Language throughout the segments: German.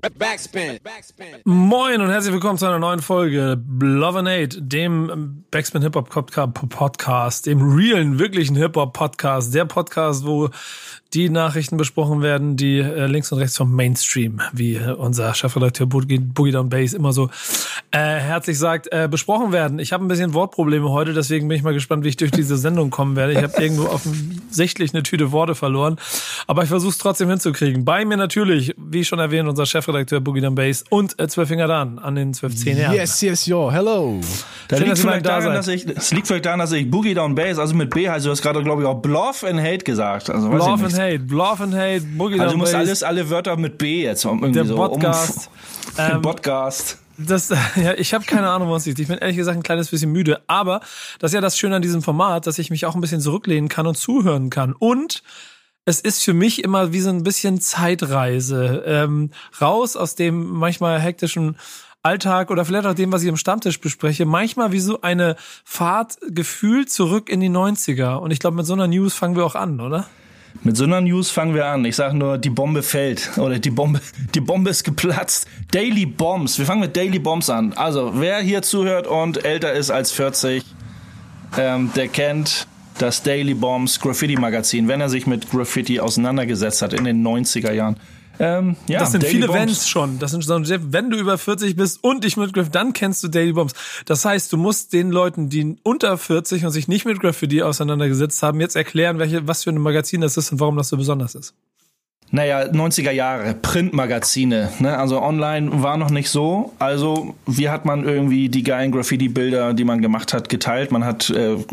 Backspin. Moin und herzlich willkommen zu einer neuen Folge Love and Hate, dem Backspin Hip-Hop Podcast, dem realen, wirklichen Hip-Hop Podcast, der Podcast, wo die Nachrichten besprochen werden, die links und rechts vom Mainstream, wie unser Chefredakteur Boogie Down Bass immer so herzlich sagt, besprochen werden. Ich habe ein bisschen Wortprobleme heute, deswegen bin ich mal gespannt, wie ich durch diese Sendung kommen werde. Ich habe irgendwo offensichtlich eine Tüte Worte verloren, aber ich versuche es trotzdem hinzukriegen. Bei mir natürlich, wie schon erwähnt, unser Chefredakteur Boogie Down Bass und 12 Finger Dan an den 12-10 Jahren. Yes, yo, hello. Das liegt vielleicht daran, dass ich Boogie Down Bass, also mit B heißt, du hast gerade, glaube ich, auch Love and Hate gesagt. Also, Love and Hate, Boogie Down Bass. Also du musst alle Wörter mit B jetzt irgendwie der so. Podcast. Podcast. Ja, ich habe keine Ahnung, was liegt. Ich bin ehrlich gesagt ein kleines bisschen müde. Aber das ist ja das Schöne an diesem Format, dass ich mich auch ein bisschen zurücklehnen kann und zuhören kann. Und es ist für mich immer wie so ein bisschen Zeitreise. Raus aus dem manchmal hektischen Alltag oder vielleicht auch dem, was ich am Stammtisch bespreche. Manchmal wie so eine Fahrt gefühlt zurück in die 90er. Und ich glaube, mit so einer News fangen wir auch an, oder? Mit so einer News fangen wir an. Ich sage nur, die Bombe fällt. Oder die Bombe ist geplatzt. Daily Bombs. Wir fangen mit Daily Bombs an. Also, wer hier zuhört und älter ist als 40, der kennt das Daily Bombs Graffiti-Magazin, wenn er sich mit Graffiti auseinandergesetzt hat in den 90er Jahren. Ja, das sind Daily viele Bombs. Wenns schon. Das sind schon, wenn du über 40 bist und dich mit Graffiti, dann kennst du Daily Bombs. Das heißt, du musst den Leuten, die unter 40 und sich nicht mit Graffiti auseinandergesetzt haben, jetzt erklären, was für ein Magazin das ist und warum das so besonders ist. Naja, 90er Jahre, Printmagazine, ne? Also online war noch nicht so. Also wie hat man irgendwie die geilen Graffiti-Bilder, die man gemacht hat, geteilt? Man hat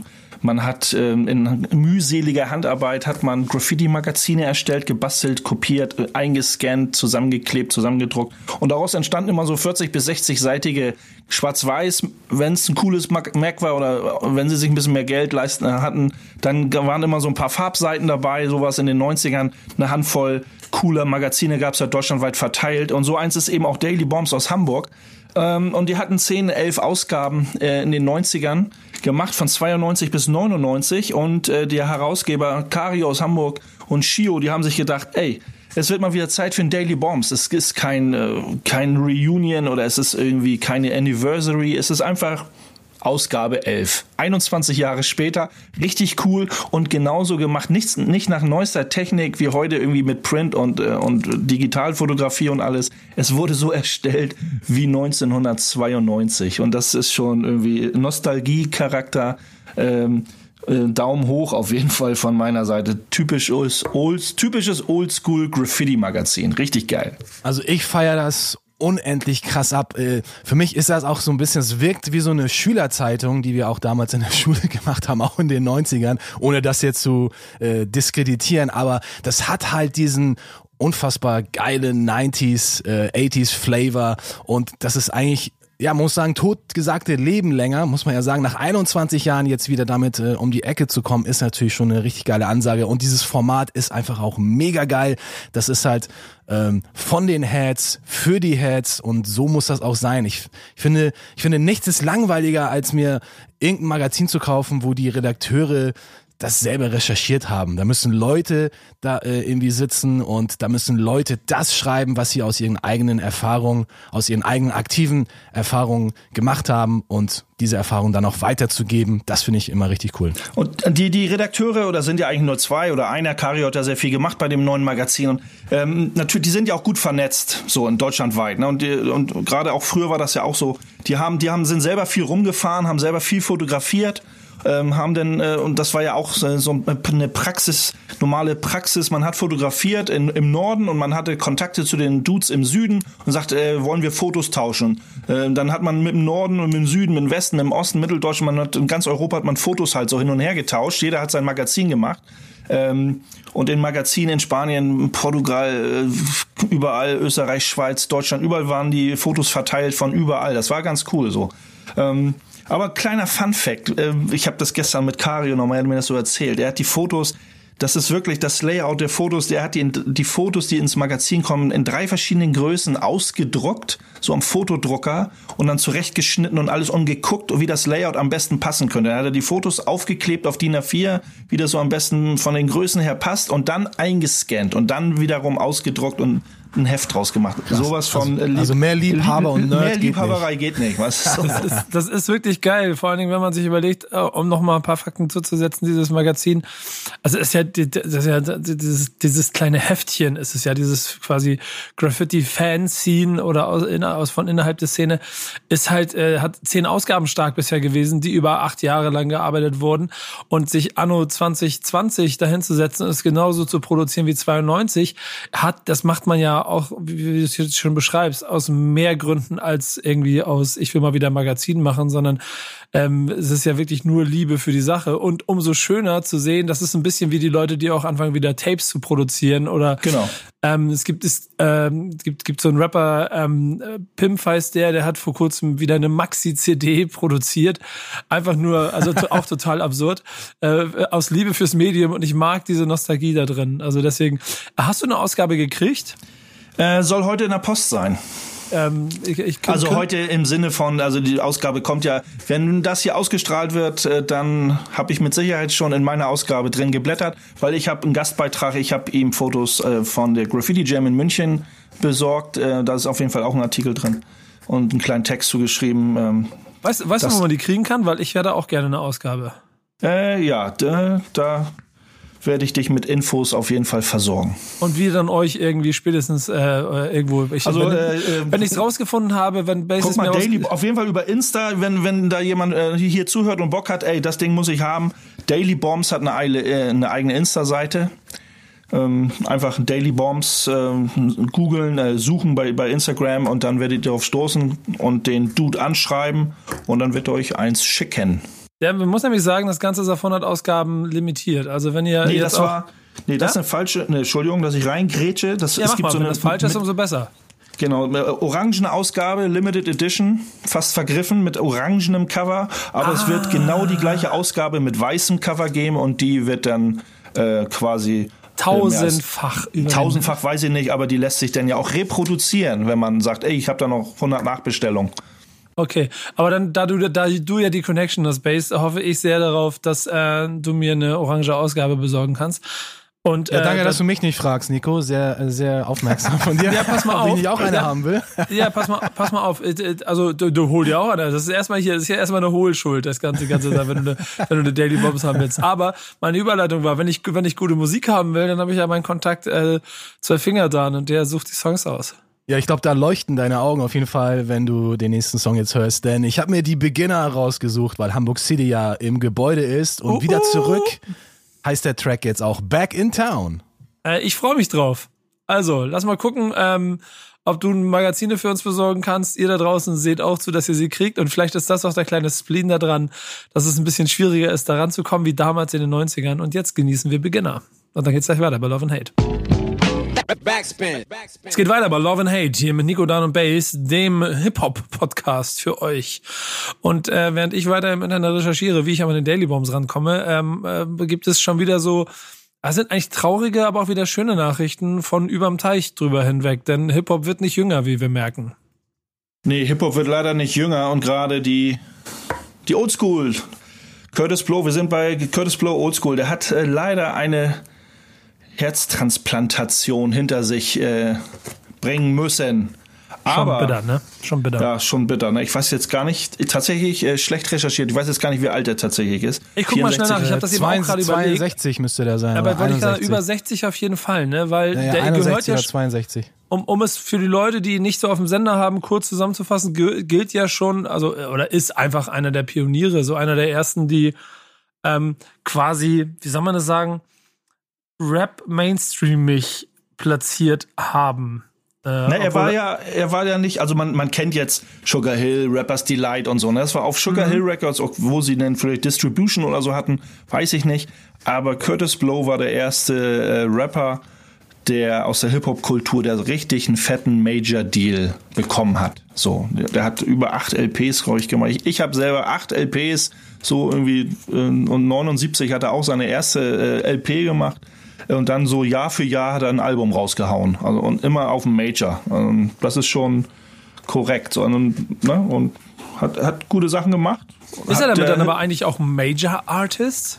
in mühseliger Handarbeit hat man Graffiti-Magazine erstellt, gebastelt, kopiert, eingescannt, zusammengeklebt, zusammengedruckt. Und daraus entstanden immer so 40- bis 60-seitige Schwarz-Weiß. Wenn es ein cooles Mac war oder wenn sie sich ein bisschen mehr Geld leisten hatten, dann waren immer so ein paar Farbseiten dabei, sowas in den 90ern. Eine Handvoll cooler Magazine gab es ja deutschlandweit verteilt. Und so eins ist eben auch Daily Bombs aus Hamburg. Und die hatten 10, 11 Ausgaben in den 90ern gemacht, von 92 bis 99. Und der Herausgeber Kario aus Hamburg und Shio, die haben sich gedacht, ey, es wird mal wieder Zeit für ein Daily Bombs. Es ist kein Reunion oder es ist irgendwie keine Anniversary. Es ist einfach Ausgabe 11. 21 Jahre später, richtig cool und genauso gemacht. Nicht nach neuester Technik wie heute irgendwie mit Print und Digitalfotografie und alles. Es wurde so erstellt wie 1992 und das ist schon irgendwie Nostalgie-Charakter. Daumen hoch auf jeden Fall von meiner Seite. Typisches Oldschool Graffiti-Magazin. Richtig geil. Also ich feiere das unendlich krass ab. Für mich ist das auch so ein bisschen, es wirkt wie so eine Schülerzeitung, die wir auch damals in der Schule gemacht haben, auch in den 90ern, ohne das jetzt zu diskreditieren, aber das hat halt diesen unfassbar geilen 90s, 80s Flavor und das ist eigentlich, ja, man muss sagen, totgesagte Leben länger, muss man ja sagen, nach 21 Jahren jetzt wieder damit um die Ecke zu kommen, ist natürlich schon eine richtig geile Ansage und dieses Format ist einfach auch mega geil. Das ist halt von den Heads, für die Heads und so muss das auch sein. Ich finde, nichts ist langweiliger, als mir irgendein Magazin zu kaufen, wo die Redakteure das selber recherchiert haben. Da müssen Leute da irgendwie sitzen und da müssen Leute das schreiben, was sie aus ihren eigenen Erfahrungen, aus ihren eigenen aktiven Erfahrungen gemacht haben und diese Erfahrung dann auch weiterzugeben, das finde ich immer richtig cool. Und die Redakteure, oder sind ja eigentlich nur zwei oder einer, Kario hat ja sehr viel gemacht bei dem neuen Magazin und natürlich, die sind ja auch gut vernetzt, so in deutschlandweit, ne? Und gerade auch früher war das ja auch so, sind selber viel rumgefahren, haben selber viel fotografiert, haben denn, und das war ja auch so eine normale Praxis, man hat fotografiert im Norden und man hatte Kontakte zu den Dudes im Süden und sagte, wollen wir Fotos tauschen. Dann hat man mit dem Norden und mit dem Süden, mit dem Westen, mit dem Osten, Mitteldeutschland, in ganz Europa hat man Fotos halt so hin und her getauscht, jeder hat sein Magazin gemacht. Und in Magazinen in Spanien, Portugal, überall, Österreich, Schweiz, Deutschland, überall waren die Fotos verteilt von überall. Das war ganz cool so. Aber kleiner Fun-Fact, ich habe das gestern mit Kario nochmal, er hat mir das so erzählt, er hat die Fotos Das ist wirklich das Layout der Fotos. Der hat die Fotos, die ins Magazin kommen, in 3 verschiedenen Größen ausgedruckt, so am Fotodrucker und dann zurechtgeschnitten und alles umgeguckt, wie das Layout am besten passen könnte. Dann hat er die Fotos aufgeklebt auf DIN A4, wie das so am besten von den Größen her passt und dann eingescannt und dann wiederum ausgedruckt und ein Heft draus gemacht. Krass. Sowas von also mehr Liebhaber und Nerd mehr Liebhaberei geht nicht. Was? Das ist wirklich geil, vor allen Dingen, wenn man sich überlegt, um noch mal ein paar Fakten zuzusetzen, dieses Magazin. Also ist ja, dieses kleine Heftchen, ist es ja dieses quasi Graffiti-Fan-Scene oder von innerhalb der Szene, ist halt, hat 10 Ausgaben stark bisher gewesen, die über 8 Jahre lang gearbeitet wurden, und sich anno 2020 dahin zu setzen, ist genauso zu produzieren wie 92, das macht man ja auch, wie du es jetzt schon beschreibst, aus mehr Gründen als irgendwie aus, ich will mal wieder ein Magazin machen, sondern es ist ja wirklich nur Liebe für die Sache. Und umso schöner zu sehen, das ist ein bisschen wie die Leute, die auch anfangen, wieder Tapes zu produzieren. Oder genau. Es gibt so einen Rapper, Pimp heißt der hat vor kurzem wieder eine Maxi-CD produziert. Einfach nur, also auch total absurd, aus Liebe fürs Medium, und ich mag diese Nostalgie da drin. Also deswegen, hast du eine Ausgabe gekriegt? Soll heute in der Post sein. Heute im Sinne von, also die Ausgabe kommt ja, wenn das hier ausgestrahlt wird, dann habe ich mit Sicherheit schon in meiner Ausgabe drin geblättert, weil ich habe einen Gastbeitrag, ich habe ihm Fotos von der Graffiti Jam in München besorgt, da ist auf jeden Fall auch ein Artikel drin und einen kleinen Text zugeschrieben. Weißt du, wo man die kriegen kann? Weil ich werde auch gerne eine Ausgabe. Da werde ich dich mit Infos auf jeden Fall versorgen. Und wir dann euch irgendwie spätestens irgendwo... wenn ich es rausgefunden habe, wenn Basis mir Daily, auf jeden Fall über Insta, wenn da jemand hier zuhört und Bock hat, das Ding muss ich haben. Daily Bombs hat eine eigene Insta-Seite. Einfach Daily Bombs googeln, suchen bei Instagram, und dann werdet ihr darauf stoßen und den Dude anschreiben, und dann wird er euch eins schicken. Ja, man muss nämlich sagen, das Ganze ist auf 100 Ausgaben limitiert. Also wenn ihr das ist eine falsche, Entschuldigung, dass ich reingrätsche. Wenn das falsch ist, umso besser. Genau, orangene Ausgabe, Limited Edition, fast vergriffen mit orangenem Cover, aber es wird genau die gleiche Ausgabe mit weißem Cover geben, und die wird dann quasi tausendfach weiß ich nicht, aber die lässt sich dann ja auch reproduzieren, wenn man sagt, ich habe da noch 100 Nachbestellungen. Okay, aber dann, da du ja die Connection hast, Base, hoffe ich sehr darauf, dass du mir eine orange Ausgabe besorgen kannst. Und, danke, dass du mich nicht fragst, Nico. Sehr, sehr aufmerksam von dir. Ja, pass mal auf. Ob ich auch eine haben will. Ja, pass mal auf. Also, du hol dir auch eine. Das ist ja erstmal eine Hohlschuld, das ganze wenn du eine Daily Bombs haben willst. Aber meine Überleitung war, wenn ich gute Musik haben will, dann habe ich ja meinen Kontakt, 2 Finger da, und der sucht die Songs aus. Ja, ich glaube, da leuchten deine Augen auf jeden Fall, wenn du den nächsten Song jetzt hörst, denn ich habe mir die Beginner rausgesucht, weil Hamburg City ja im Gebäude ist, und wieder zurück heißt der Track jetzt auch Back in Town. Ich freue mich drauf. Also, lass mal gucken, ob du Magazine für uns besorgen kannst. Ihr da draußen seht auch zu, dass ihr sie kriegt, und vielleicht ist das auch der kleine Spleen da dran, dass es ein bisschen schwieriger ist, da ranzukommen wie damals in den 90ern, und jetzt genießen wir Beginner. Und dann geht's gleich weiter bei Love and Hate. Backspin. Es geht weiter bei Love and Hate hier mit Nico, Dan und Bass, dem Hip-Hop-Podcast für euch. Und während ich weiter im Internet recherchiere, wie ich an den Daily Bombs rankomme, gibt es schon wieder so, das sind eigentlich traurige, aber auch wieder schöne Nachrichten von überm Teich drüber hinweg. Denn Hip-Hop wird nicht jünger, wie wir merken. Nee, Hip-Hop wird leider nicht jünger, und gerade die Oldschool, Kurtis Blow, wir sind bei Kurtis Blow Oldschool, der hat leider eine Herztransplantation hinter sich bringen müssen. Aber, schon bitter, ne? Schon bitter. Ja, schon bitter. Ne? Ich weiß jetzt gar nicht, tatsächlich schlecht recherchiert, ich weiß jetzt gar nicht, wie alt er tatsächlich ist. Ich guck mal schnell nach, ich habe das eben auch gerade überlegt. 62 müsste der sein. Aber wollte ich gerade über 60 auf jeden Fall, ne? Weil der 61 gehört ja oder 62. Um es für die Leute, die nicht so auf dem Sender haben, kurz zusammenzufassen, gilt ja schon, also oder ist einfach einer der Pioniere, so einer der ersten, die quasi, wie soll man das sagen, Rap mainstreamig platziert haben. Er war ja nicht, also man kennt jetzt Sugar Hill, Rappers Delight und so, ne? Das war auf Sugar Hill Records, auch wo sie dann vielleicht Distribution oder so hatten, weiß ich nicht. Aber Kurtis Blow war der erste Rapper, der aus der Hip-Hop-Kultur, der richtig einen fetten Major-Deal bekommen hat. So, der hat über 8 LPs, glaube ich, gemacht. Ich habe selber 8 LPs, so irgendwie, und 79 hat er auch seine erste LP gemacht. Und dann so Jahr für Jahr hat er ein Album rausgehauen. Also, und immer auf dem Major. Das ist schon korrekt. So, und hat gute Sachen gemacht. Ist er damit dann aber eigentlich auch ein Major-Artist?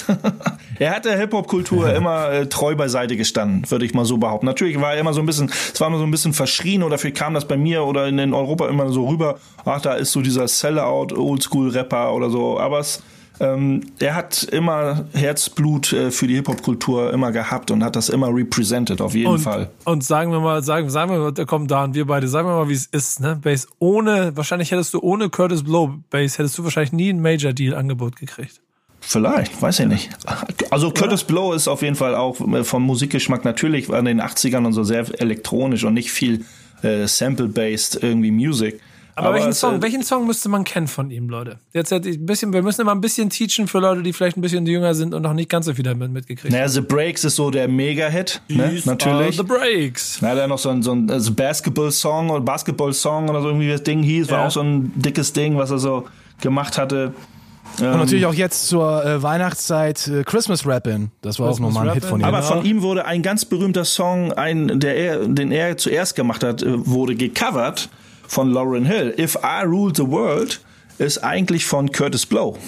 Er hat der Hip-Hop-Kultur immer treu beiseite gestanden, würde ich mal so behaupten. Natürlich war er immer so ein bisschen verschrien, oder vielleicht kam das bei mir oder in Europa immer so rüber, ach, da ist so dieser Sellout, Oldschool-Rapper oder so, aber er hat immer Herzblut für die Hip-Hop-Kultur immer gehabt und hat das immer represented, auf jeden Fall. Und sagen wir mal, da kommt da und wir beide, sagen wir mal, wie es ist, ne? Bass wahrscheinlich hättest du ohne Curtis Blow Bass, hättest du wahrscheinlich nie ein Major-Deal-Angebot gekriegt. Vielleicht, weiß ich nicht. Also Curtis Blow ist auf jeden Fall auch vom Musikgeschmack natürlich in den 80ern und so sehr elektronisch und nicht viel Sample-based irgendwie Music. Aber welchen Song müsste man kennen von ihm, Leute? Wir müssen immer ein bisschen teachen für Leute, die vielleicht ein bisschen jünger sind und noch nicht ganz so viel damit mitgekriegt haben. Naja, The Breaks ist so der Mega-Hit, ne? Natürlich. The Breaks. Na, da noch so ein Basketball-Song oder so irgendwie das Ding hieß, war auch so ein dickes Ding, was er so gemacht hatte. Und natürlich auch jetzt zur Weihnachtszeit Christmas Rappin'. Das war auch nochmal ein Hit von ihm. Aber von ihm wurde ein ganz berühmter Song, den er zuerst gemacht hat, wurde gecovert von Lauryn Hill. If I Ruled the World ist eigentlich von Curtis Blow.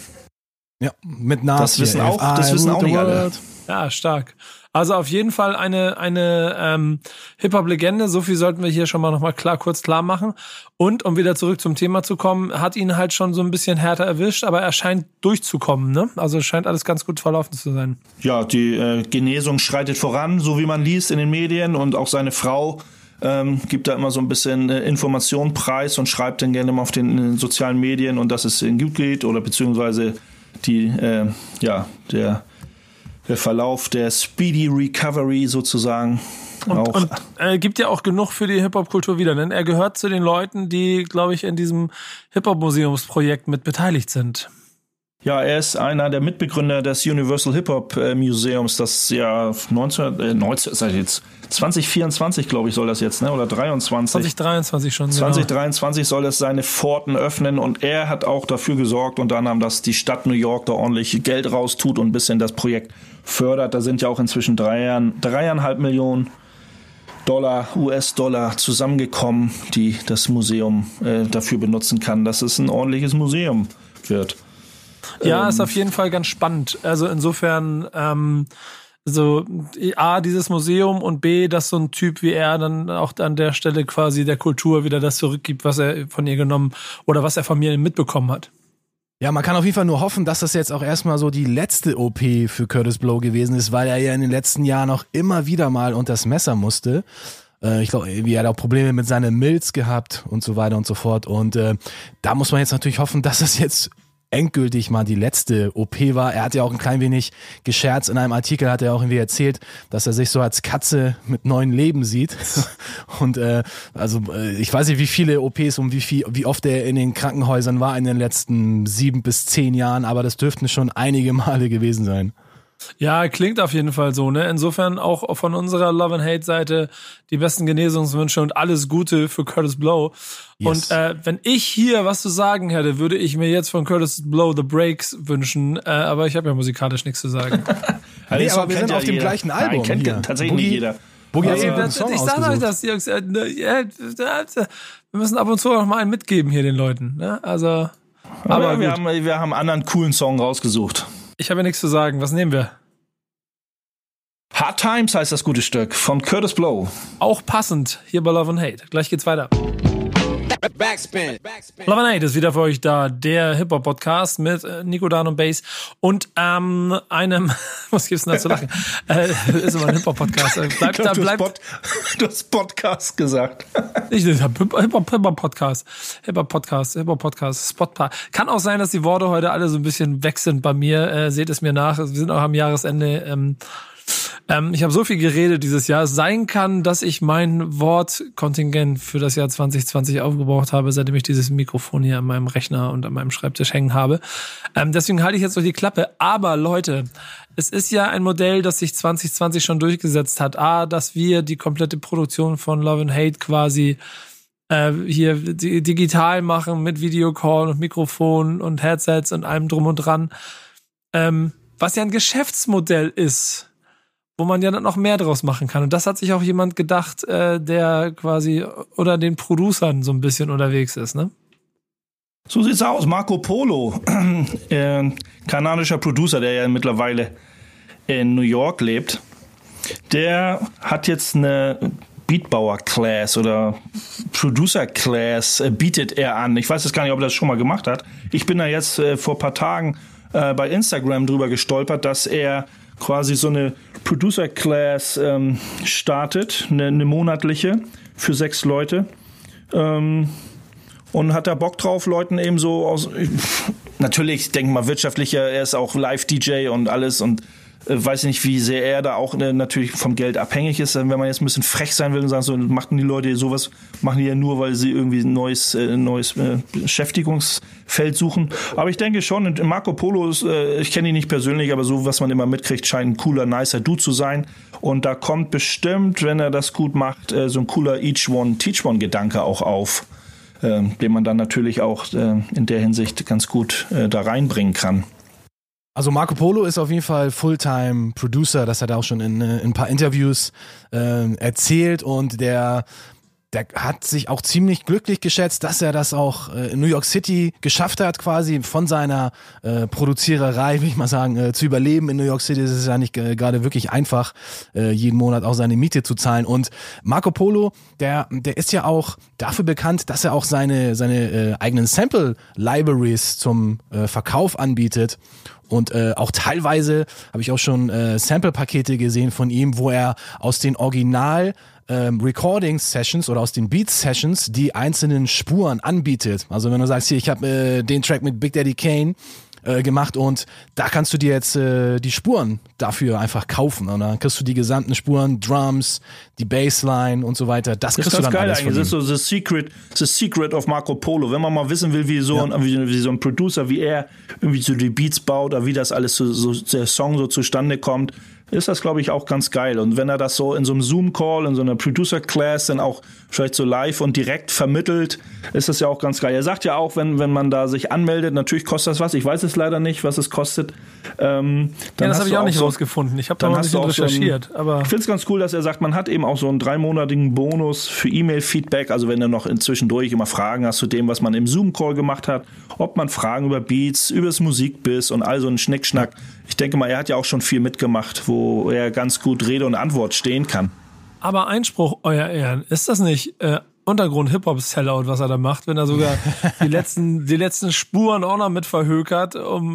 Ja, mit Nas. Das wissen auch nicht alle. Ja, stark. Also auf jeden Fall eine Hip-Hop-Legende. So viel sollten wir hier schon mal nochmal kurz klar machen. Und um wieder zurück zum Thema zu kommen, hat ihn halt schon so ein bisschen härter erwischt, aber er scheint durchzukommen, ne? Also es scheint alles ganz gut verlaufen zu sein. Ja, die Genesung schreitet voran, so wie man liest in den Medien, und auch seine Frau gibt da immer so ein bisschen Information preis und schreibt dann gerne mal auf den sozialen Medien, und dass es ihm gut geht, oder beziehungsweise der Verlauf der Speedy Recovery sozusagen. Und gibt ja auch genug für die Hip-Hop-Kultur wieder, denn er gehört zu den Leuten, die, glaube ich, in diesem Hip-Hop-Museumsprojekt mit beteiligt sind. Ja, er ist einer der Mitbegründer des Universal Hip-Hop Museums, das ja 2024, glaube ich, soll das jetzt, ne? Oder 23? 2023 schon. 2023 soll es seine Pforten öffnen, und er hat auch dafür gesorgt, unter anderem, dass die Stadt New York da ordentlich Geld raustut und ein bisschen das Projekt fördert. Da sind ja auch inzwischen 3,5 Millionen US-Dollar zusammengekommen, die das Museum dafür benutzen kann, dass es ein ordentliches Museum wird. Ja, ist auf jeden Fall ganz spannend. Also insofern, A, dieses Museum, und B, dass so ein Typ wie er dann auch an der Stelle quasi der Kultur wieder das zurückgibt, was er von ihr genommen oder was er von mir mitbekommen hat. Ja, man kann auf jeden Fall nur hoffen, dass das jetzt auch erstmal so die letzte OP für Curtis Blow gewesen ist, weil er ja in den letzten Jahren auch immer wieder mal unters Messer musste. Ich glaube, er hat auch Probleme mit seinen Milz gehabt und so weiter und so fort. Und da muss man jetzt natürlich hoffen, dass es jetzt endgültig mal die letzte OP war. Er hat ja auch ein klein wenig gescherzt. In einem Artikel hat er auch irgendwie erzählt, dass er sich so als Katze mit neuen Leben sieht. Und ich weiß nicht, wie viele OPs und wie oft er in den Krankenhäusern war in den letzten 7 bis 10 Jahren, aber das dürften schon einige Male gewesen sein. Ja, klingt auf jeden Fall so, ne? Insofern auch von unserer Love and Hate Seite die besten Genesungswünsche und alles Gute für Curtis Blow. Yes. Und wenn ich hier was zu sagen hätte, würde ich mir jetzt von Curtis Blow The Breaks wünschen, aber ich habe ja musikalisch nichts zu sagen. Nee, aber wir sind auf dem gleichen Album. Nein, kennt tatsächlich nicht jeder. Boogie ich sage euch das, Jungs. Wir müssen ab und zu noch mal einen mitgeben hier den Leuten, ne? Also, aber wir haben einen anderen coolen Song rausgesucht. Ich habe ja nichts zu sagen. Was nehmen wir? Hard Times heißt das gute Stück von Curtis Blow. Auch passend hier bei Love and Hate. Gleich geht's weiter. Backspin. Love and Hate ist wieder für euch da, der Hip-Hop-Podcast mit Nico, Dan und Bass und einem, was gibt's denn da zu lachen? Ist immer ein Hip-Hop-Podcast. Du hast Podcast gesagt. Ich habe Hip-Hop-Podcast. Spot-Podcast. Kann auch sein, dass die Worte heute alle so ein bisschen weg sind bei mir. Seht es mir nach. Wir sind auch am Jahresende. Ich habe so viel geredet dieses Jahr. Es sein kann, dass ich mein Wortkontingent für das Jahr 2020 aufgebraucht habe, seitdem ich dieses Mikrofon hier an meinem Rechner und an meinem Schreibtisch hängen habe. Deswegen halte ich jetzt noch die Klappe. Aber Leute, es ist ja ein Modell, das sich 2020 schon durchgesetzt hat. Dass wir die komplette Produktion von Love and Hate quasi hier digital machen mit Videocall und Mikrofon und Headsets und allem drum und dran. Was ja ein Geschäftsmodell ist, wo man ja dann noch mehr draus machen kann. Und das hat sich auch jemand gedacht, der quasi oder den Producern so ein bisschen unterwegs ist, ne? So sieht's aus. Marco Polo, kanadischer Producer, der ja mittlerweile in New York lebt, der hat jetzt eine Beatbauer-Class oder Producer-Class bietet er an. Ich weiß jetzt gar nicht, ob er das schon mal gemacht hat. Ich bin da jetzt vor ein paar Tagen bei Instagram drüber gestolpert, dass er quasi so eine Producer-Class startet, eine monatliche für 6 Leute. Und hat da Bock drauf, Leuten eben so aus, natürlich, denke mal, wirtschaftlicher, er ist auch Live-DJ und alles und weiß nicht, wie sehr er da auch natürlich vom Geld abhängig ist. Wenn man jetzt ein bisschen frech sein will und sagen, so machen die Leute sowas, machen die ja nur, weil sie irgendwie ein neues Beschäftigungsfeld suchen. Aber ich denke schon, Marco Polo ist, ich kenne ihn nicht persönlich, aber so, was man immer mitkriegt, scheint ein cooler, nicer Dude zu sein. Und da kommt bestimmt, wenn er das gut macht, so ein cooler Each One, Teach One Gedanke auch auf, den man dann natürlich auch in der Hinsicht ganz gut da reinbringen kann. Also Marco Polo ist auf jeden Fall Fulltime-Producer, das hat er auch schon in ein paar Interviews erzählt und der hat sich auch ziemlich glücklich geschätzt, dass er das auch in New York City geschafft hat, quasi von seiner Produziererei, will ich mal sagen, zu überleben. In New York City ist es ja nicht gerade wirklich einfach, jeden Monat auch seine Miete zu zahlen. Und Marco Polo, der ist ja auch dafür bekannt, dass er auch seine eigenen Sample-Libraries zum Verkauf anbietet. Und auch teilweise habe ich auch schon Sample-Pakete gesehen von ihm, wo er aus den Original Recording-Sessions oder aus den Beat-Sessions die einzelnen Spuren anbietet. Also wenn du sagst, hier, ich habe den Track mit Big Daddy Kane gemacht und da kannst du dir jetzt die Spuren dafür einfach kaufen und dann kriegst du die gesamten Spuren, Drums, die Bassline und so weiter. Das kriegst du dann geil alles eigentlich. Das ist so the secret of Marco Polo. Wenn man mal wissen will, wie so ein Producer, wie er irgendwie so die Beats baut oder wie das alles so der Song so zustande kommt, ist das, glaube ich, auch ganz geil. Und wenn er das so in so einem Zoom-Call, in so einer Producer-Class dann auch vielleicht so live und direkt vermittelt, ist das ja auch ganz geil. Er sagt ja auch, wenn man da sich anmeldet, natürlich kostet das was. Ich weiß es leider nicht, was es kostet. Dann das habe ich auch nicht rausgefunden. Ich habe da mal ein bisschen recherchiert. Aber ich finde es ganz cool, dass er sagt, man hat eben auch so einen 3-monatigen Bonus für E-Mail-Feedback. Also wenn du noch zwischendurch immer Fragen hast zu dem, was man im Zoom-Call gemacht hat, ob man Fragen über Beats, über das Musikbiss und all so einen Schnickschnack. Ich denke mal, er hat ja auch schon viel mitgemacht, wo er ganz gut Rede und Antwort stehen kann. Aber Einspruch, euer Ehren, ist das nicht Untergrund-Hip-Hop-Sellout, was er da macht, wenn er sogar die letzten Spuren auch noch mit verhökert,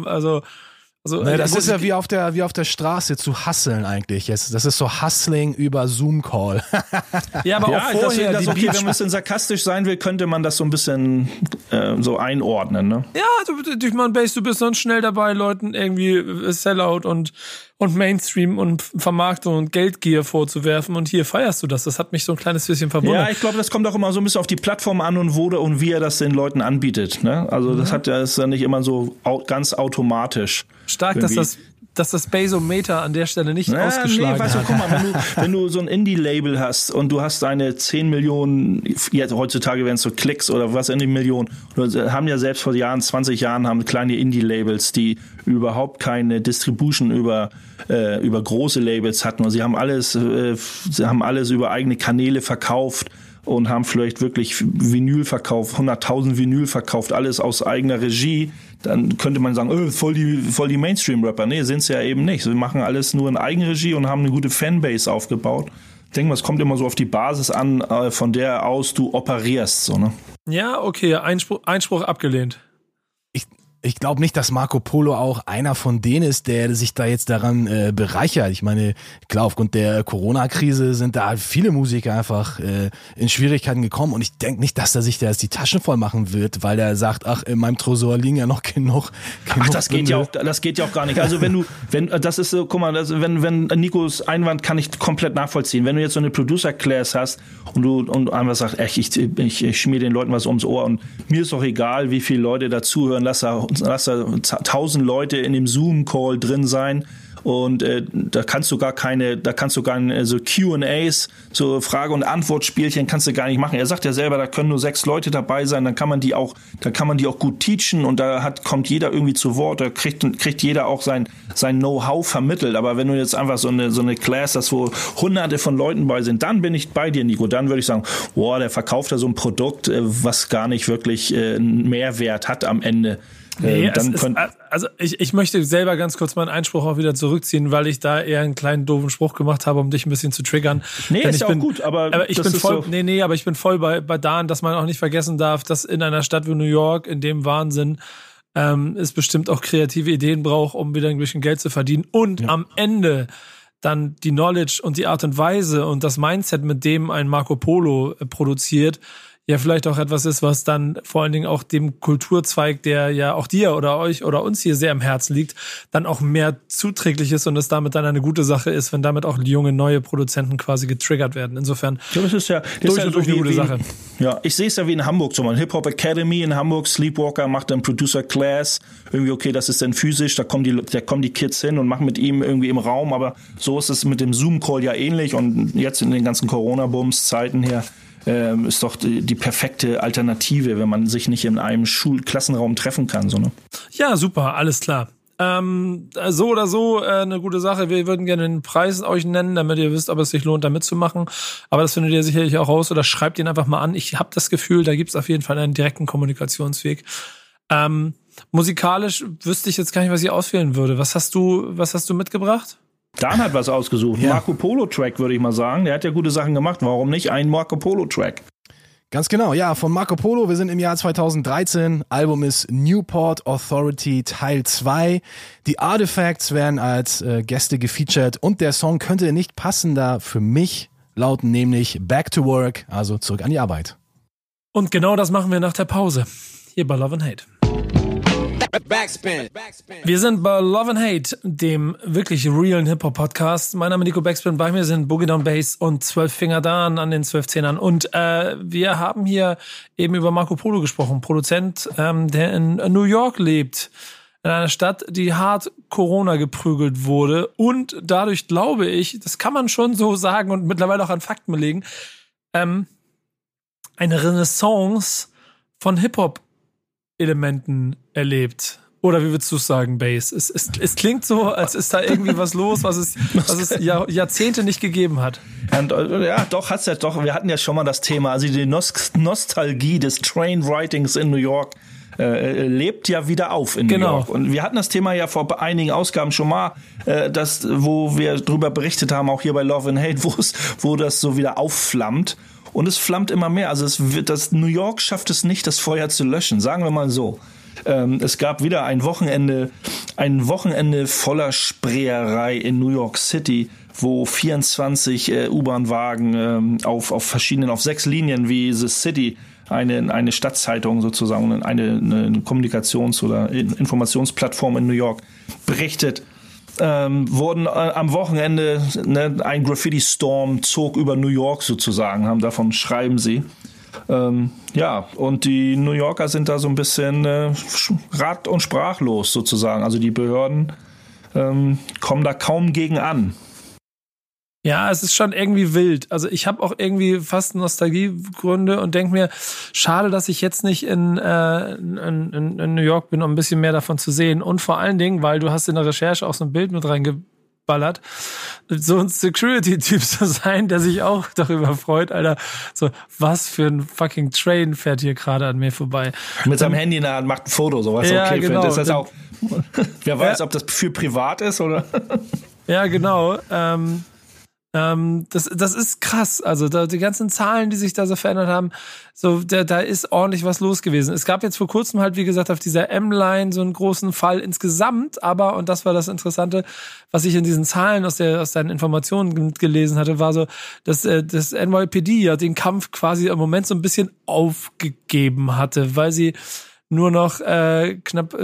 das ist ja wie auf der Straße zu hustlen eigentlich. Das ist so Hustling über Zoom-Call. Ja, aber auch vorher. Wenn man ein bisschen sarkastisch sein will, könnte man das so ein bisschen so einordnen, ne? Ja, durch mein Bass, du bist sonst schnell dabei, Leuten irgendwie Sellout und Mainstream und Vermarktung und Geldgier vorzuwerfen und hier feierst du das. Das hat mich so ein kleines bisschen verwundert. Ja, ich glaube, das kommt auch immer so ein bisschen auf die Plattform an und wo und wie er das den Leuten anbietet, ne? Also das ist ja nicht immer so ganz automatisch. Stark, dass das Basometer an der Stelle nicht ausgeschlagen hat. Guck mal, wenn du so ein Indie-Label hast und du hast deine 10 Millionen, jetzt heutzutage wären es so Klicks oder was in die Millionen, haben ja selbst vor 20 Jahren haben kleine Indie-Labels, die überhaupt keine Distribution über große Labels hatten. Und sie haben alles über eigene Kanäle verkauft und haben vielleicht wirklich Vinyl verkauft, 100.000 Vinyl verkauft, alles aus eigener Regie. Dann könnte man sagen, voll die Mainstream-Rapper. Nee, sind's ja eben nicht. Sie machen alles nur in Eigenregie und haben eine gute Fanbase aufgebaut. Ich denke mal, es kommt immer so auf die Basis an, von der aus du operierst. So, ne? Ja, okay, Einspruch abgelehnt. Ich glaube nicht, dass Marco Polo auch einer von denen ist, der sich da jetzt daran bereichert. Ich meine, klar, aufgrund der Corona-Krise sind da viele Musiker einfach in Schwierigkeiten gekommen und ich denke nicht, dass er sich da jetzt die Taschen voll machen wird, weil er sagt, ach, in meinem Tresor liegen ja noch genug das geht ja auch gar nicht. Also das ist so, guck mal, wenn Nikos Einwand kann ich komplett nachvollziehen. Wenn du jetzt so eine Producer-Class hast und einfach sagst, ich schmier den Leuten was ums Ohr und mir ist doch egal, wie viele Leute dazuhören, lass da 1000 Leute in dem Zoom-Call drin sein und da kannst du gar so Q&As, so Frage- und Antwortspielchen kannst du gar nicht machen. Er sagt ja selber, da können nur 6 Leute dabei sein, dann kann man die auch gut teachen und kommt jeder irgendwie zu Wort, da kriegt jeder auch sein Know-how vermittelt. Aber wenn du jetzt einfach so eine Class hast, wo hunderte von Leuten bei sind, dann bin ich bei dir, Nico. Dann würde ich sagen, boah, der verkauft da so ein Produkt, was gar nicht wirklich einen Mehrwert hat am Ende. Nee, ich möchte selber ganz kurz meinen Einspruch auch wieder zurückziehen, weil ich da eher einen kleinen doofen Spruch gemacht habe, um dich ein bisschen zu triggern. Nee, ist ja auch gut, aber ich bin voll, so aber ich bin voll bei Dan, dass man auch nicht vergessen darf, dass in einer Stadt wie New York, in dem Wahnsinn, es bestimmt auch kreative Ideen braucht, um wieder ein bisschen Geld zu verdienen und am Ende dann die Knowledge und die Art und Weise und das Mindset, mit dem ein Marco Polo produziert, ja vielleicht auch etwas ist, was dann vor allen Dingen auch dem Kulturzweig, der ja auch dir oder euch oder uns hier sehr am Herzen liegt, dann auch mehr zuträglich ist und es damit dann eine gute Sache ist, wenn damit auch junge, neue Produzenten quasi getriggert werden. Insofern das ist ja eine gute Sache. Ja, ich sehe es ja wie in Hamburg, so mal Hip-Hop Academy in Hamburg, Sleepwalker macht dann Producer Class, irgendwie okay, das ist dann physisch, da kommen die Kids hin und machen mit ihm irgendwie im Raum, aber so ist es mit dem Zoom-Call ja ähnlich und jetzt in den ganzen Corona-Bums-Zeiten hier ist doch die perfekte Alternative, wenn man sich nicht in einem Klassenraum treffen kann. So, ne? Ja, super, alles klar. So oder so eine gute Sache. Wir würden gerne den Preis euch nennen, damit ihr wisst, ob es sich lohnt, da mitzumachen. Aber das findet ihr sicherlich auch raus oder schreibt ihn einfach mal an. Ich habe das Gefühl, da gibt es auf jeden Fall einen direkten Kommunikationsweg. Musikalisch wüsste ich jetzt gar nicht, was ich auswählen würde. Was hast du mitgebracht? Dan hat was ausgesucht. Ja. Marco Polo-Track, würde ich mal sagen. Der hat ja gute Sachen gemacht. Warum nicht ein Marco Polo-Track? Ganz genau, ja, von Marco Polo. Wir sind im Jahr 2013. Album ist Newport Authority Teil 2. Die Artifacts werden als Gäste gefeatured und der Song könnte nicht passender für mich lauten, nämlich Back to Work, also zurück an die Arbeit. Und genau das machen wir nach der Pause. Hier bei Love and Hate. Backspin. Wir sind bei Love and Hate, dem wirklich realen Hip-Hop-Podcast. Mein Name ist Nico Backspin, bei mir sind Boogie Down Bass und 12 Finger Dan an den 12 Zehnern. Und wir haben hier eben über Marco Polo gesprochen, Produzent, der in New York lebt. In einer Stadt, die hart Corona geprügelt wurde. Und dadurch glaube ich, das kann man schon so sagen und mittlerweile auch an Fakten belegen, eine Renaissance von Hip-Hop-Elementen erlebt. Oder wie würdest du sagen, Bass? Es klingt so, als ist da irgendwie was los, was es Jahrzehnte nicht gegeben hat. Und, ja, doch, hat's ja doch. Wir hatten ja schon mal das Thema, also die Nostalgie des Trainwritings in New York lebt ja wieder auf in New York. Und wir hatten das Thema ja vor einigen Ausgaben schon mal, wo wir drüber berichtet haben, auch hier bei Love and Hate, wo das so wieder aufflammt. Und es flammt immer mehr. Also das New York schafft es nicht, das Feuer zu löschen. Sagen wir mal so. Es gab wieder ein Wochenende voller Spreerei in New York City, wo 24 U-Bahn-Wagen auf 6 Linien wie The City, eine Stadtzeitung sozusagen, eine Kommunikations- oder Informationsplattform in New York, berichtet, wurden am Wochenende, ein Graffiti-Storm zog über New York sozusagen, davon schreiben sie. Und die New Yorker sind da so ein bisschen rat- und sprachlos sozusagen. Also die Behörden kommen da kaum gegen an. Ja, es ist schon irgendwie wild. Also ich habe auch irgendwie fast Nostalgiegründe und denke mir, schade, dass ich jetzt nicht in New York bin, um ein bisschen mehr davon zu sehen. Und vor allen Dingen, weil du hast in der Recherche auch so ein Bild mit reingeballert, so ein Security-Typ zu sein, der sich auch darüber freut, Alter. So, was für ein fucking Train fährt hier gerade an mir vorbei. Mit seinem Handy in der Hand macht ein Foto, sowas. Ja, okay, genau. Das heißt auch, wer weiß, ob das für privat ist oder? Ja, genau. Das ist krass. Also die ganzen Zahlen, die sich da so verändert haben, so da ist ordentlich was los gewesen. Es gab jetzt vor kurzem halt, wie gesagt, auf dieser M-Line so einen großen Fall insgesamt, aber, und das war das Interessante, was ich in diesen Zahlen aus deinen Informationen gelesen hatte, war so, dass das NYPD ja den Kampf quasi im Moment so ein bisschen aufgegeben hatte, weil sie nur noch knapp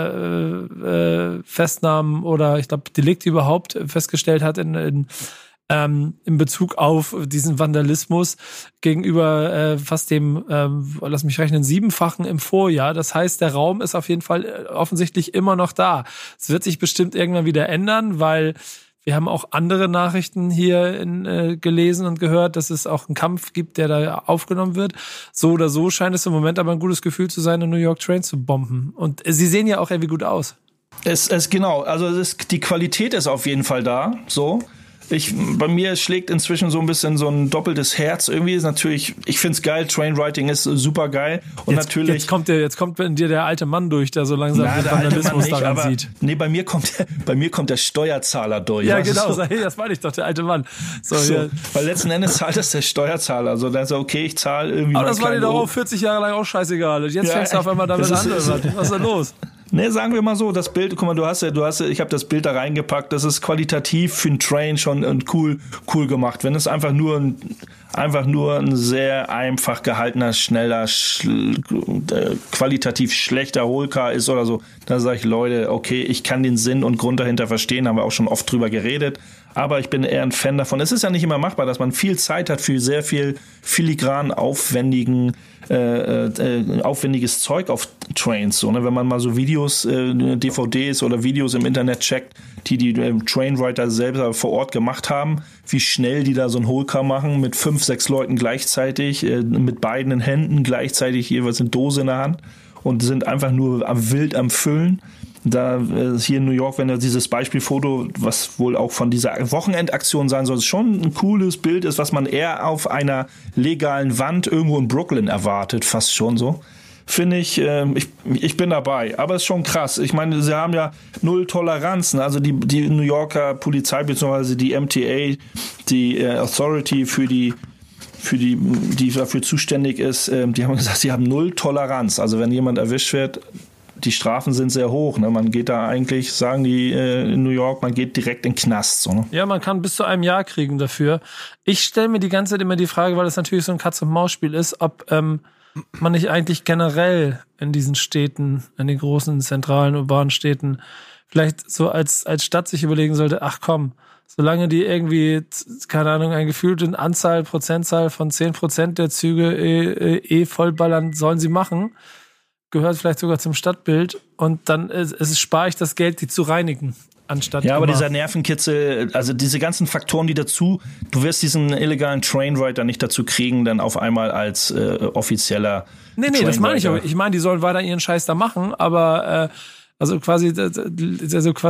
400 Festnahmen oder ich glaube Delikte überhaupt festgestellt hat in in Bezug auf diesen Vandalismus gegenüber fast dem, lass mich rechnen, 7-fachen im Vorjahr. Das heißt, der Raum ist auf jeden Fall offensichtlich immer noch da. Es wird sich bestimmt irgendwann wieder ändern, weil wir haben auch andere Nachrichten hier gelesen und gehört, dass es auch einen Kampf gibt, der da aufgenommen wird. So oder so scheint es im Moment aber ein gutes Gefühl zu sein, einen New York Train zu bomben. Und sie sehen ja auch irgendwie gut aus. Genau, also die Qualität ist auf jeden Fall da, so. Bei mir schlägt inzwischen so ein bisschen so ein doppeltes Herz. Irgendwie ist natürlich, ich find's geil, Trainwriting ist super geil. Und natürlich. Jetzt kommt in dir der alte Mann durch, der so langsam den Vandalismus daran sieht. Nee, bei mir kommt der Steuerzahler durch. Ja, genau, so. Das meine ich doch, der alte Mann. So. Weil letzten Endes zahlt das der Steuerzahler. Also dann so, okay, ich zahle irgendwie. Aber das war dir doch auch 40 Jahre lang auch scheißegal. Und jetzt fängst du auf einmal damit an. Was ist da los? Ne, sagen wir mal so, das Bild, guck mal, ich habe das Bild da reingepackt, das ist qualitativ für einen Train schon cool gemacht. Wenn es einfach nur ein sehr einfach gehaltener, schneller, qualitativ schlechter Holcar ist oder so, dann sage ich, Leute, okay, ich kann den Sinn und Grund dahinter verstehen, haben wir auch schon oft drüber geredet, aber ich bin eher ein Fan davon. Es ist ja nicht immer machbar, dass man viel Zeit hat für sehr viel filigran aufwendiges Zeug auf Trains. So, ne? Wenn man mal so Videos, DVDs oder Videos im Internet checkt, die Trainwriter selber vor Ort gemacht haben, wie schnell die da so ein Holcar machen mit 5-6 Leuten gleichzeitig, mit beiden Händen gleichzeitig jeweils eine Dose in der Hand und sind einfach nur wild am Füllen. Da hier in New York, wenn da dieses Beispielfoto, was wohl auch von dieser Wochenendaktion sein soll, schon ein cooles Bild ist, was man eher auf einer legalen Wand irgendwo in Brooklyn erwartet, fast schon so. Finde ich, ich bin dabei. Aber es ist schon krass. Ich meine, sie haben ja null Toleranzen. Also die New Yorker Polizei bzw. die MTA, die Authority die dafür zuständig ist, die haben gesagt, sie haben null Toleranz. Also wenn jemand erwischt wird, die Strafen sind sehr hoch. Ne? Man geht da eigentlich, sagen die in New York, man geht direkt in den Knast. So, ne? Ja, man kann bis zu einem Jahr kriegen dafür. Ich stelle mir die ganze Zeit immer die Frage, weil das natürlich so ein Katz-und-Maus-Spiel ist, ob man nicht eigentlich generell in diesen Städten, in den großen, zentralen, urbanen Städten, vielleicht so als Stadt sich überlegen sollte, ach komm, solange die irgendwie, keine Ahnung, eine gefühlte Prozentzahl von 10% der Züge vollballern, sollen sie machen, gehört vielleicht sogar zum Stadtbild und dann spare ich das Geld, die zu reinigen. Anstatt ja, aber dieser Nervenkitzel, also diese ganzen Faktoren, die dazu, du wirst diesen illegalen Trainwriter nicht dazu kriegen, dann auf einmal als offizieller Nee, das meine ich auch. Ich meine, die sollen weiter ihren Scheiß da machen, aber quasi, wie